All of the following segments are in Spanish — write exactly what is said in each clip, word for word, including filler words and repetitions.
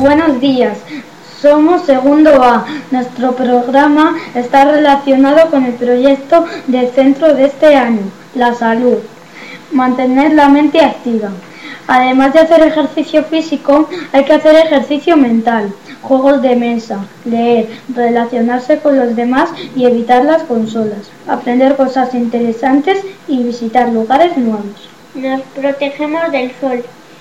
Buenos días, somos segundo A. Nuestro programa está relacionado con el proyecto del centro de este año, la salud. Mantener la mente activa. Además de hacer ejercicio físico, hay que hacer ejercicio mental, juegos de mesa, leer, relacionarse con los demás y evitar las consolas, aprender cosas interesantes y visitar lugares nuevos. Nos protegemos del sol.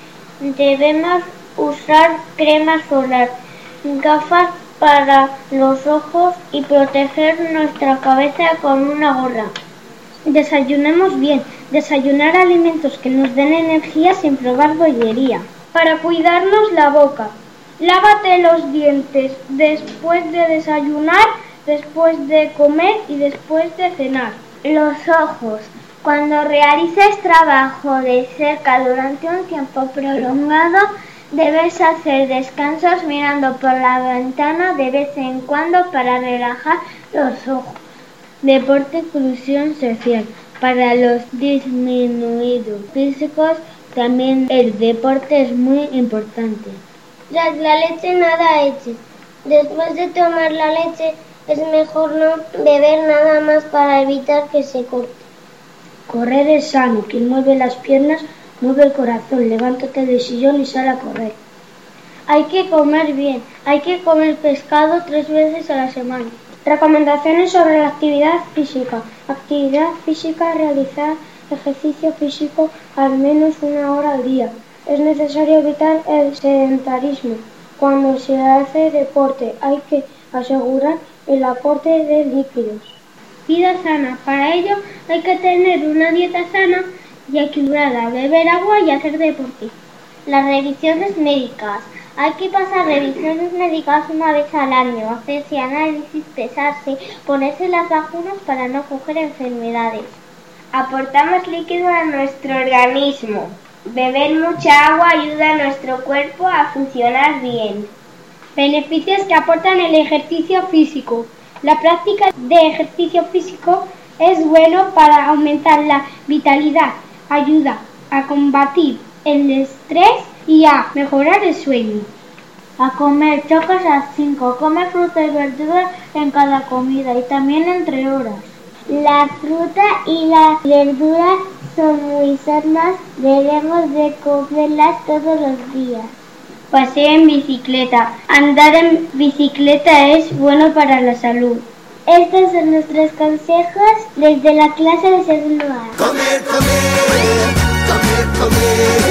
Debemos usar crema solar, gafas para los ojos y proteger nuestra cabeza con una gorra. Desayunemos bien, desayunar alimentos que nos den energía sin probar bollería. Para cuidarnos la boca, lávate los dientes después de desayunar, después de comer y después de cenar. Los ojos. Cuando realices trabajo de cerca durante un tiempo prolongado, debes hacer descansos mirando por la ventana de vez en cuando para relajar los ojos. Deporte, inclusión social. Para los disminuidos físicos, también el deporte es muy importante. Tras la leche, nada eches. Después de tomar la leche, es mejor no beber nada más para evitar que se corte. Correr es sano. Quien mueve las piernas, mueve el corazón. Levántate del sillón y sal a correr. Hay que comer bien. Hay que comer pescado tres veces a la semana. Recomendaciones sobre la actividad física. Actividad física, realizar ejercicio físico al menos una hora al día. Es necesario evitar el sedentarismo. Cuando se hace deporte hay que asegurar el aporte de líquidos. Vida sana. Para ello hay que tener una dieta sana y equilibrada, beber agua y hacer deporte. Las revisiones médicas. Hay que pasar revisiones médicas una vez al año, hacerse análisis, pesarse, ponerse las vacunas para no coger enfermedades. Aportamos líquido a nuestro organismo. Beber mucha agua ayuda a nuestro cuerpo a funcionar bien. Beneficios que aportan el ejercicio físico. La práctica de ejercicio físico es bueno para aumentar la vitalidad, ayuda a combatir el estrés y a mejorar el sueño. A comer chocas a las cinco. Come fruta y verduras en cada comida y también entre horas. La fruta y las verduras son muy sanas. Debemos de comerlas todos los días. Paseo en bicicleta. Andar en bicicleta es bueno para la salud. Estos son nuestros consejos desde la clase de segundo A. Comer, comer, comer, comer.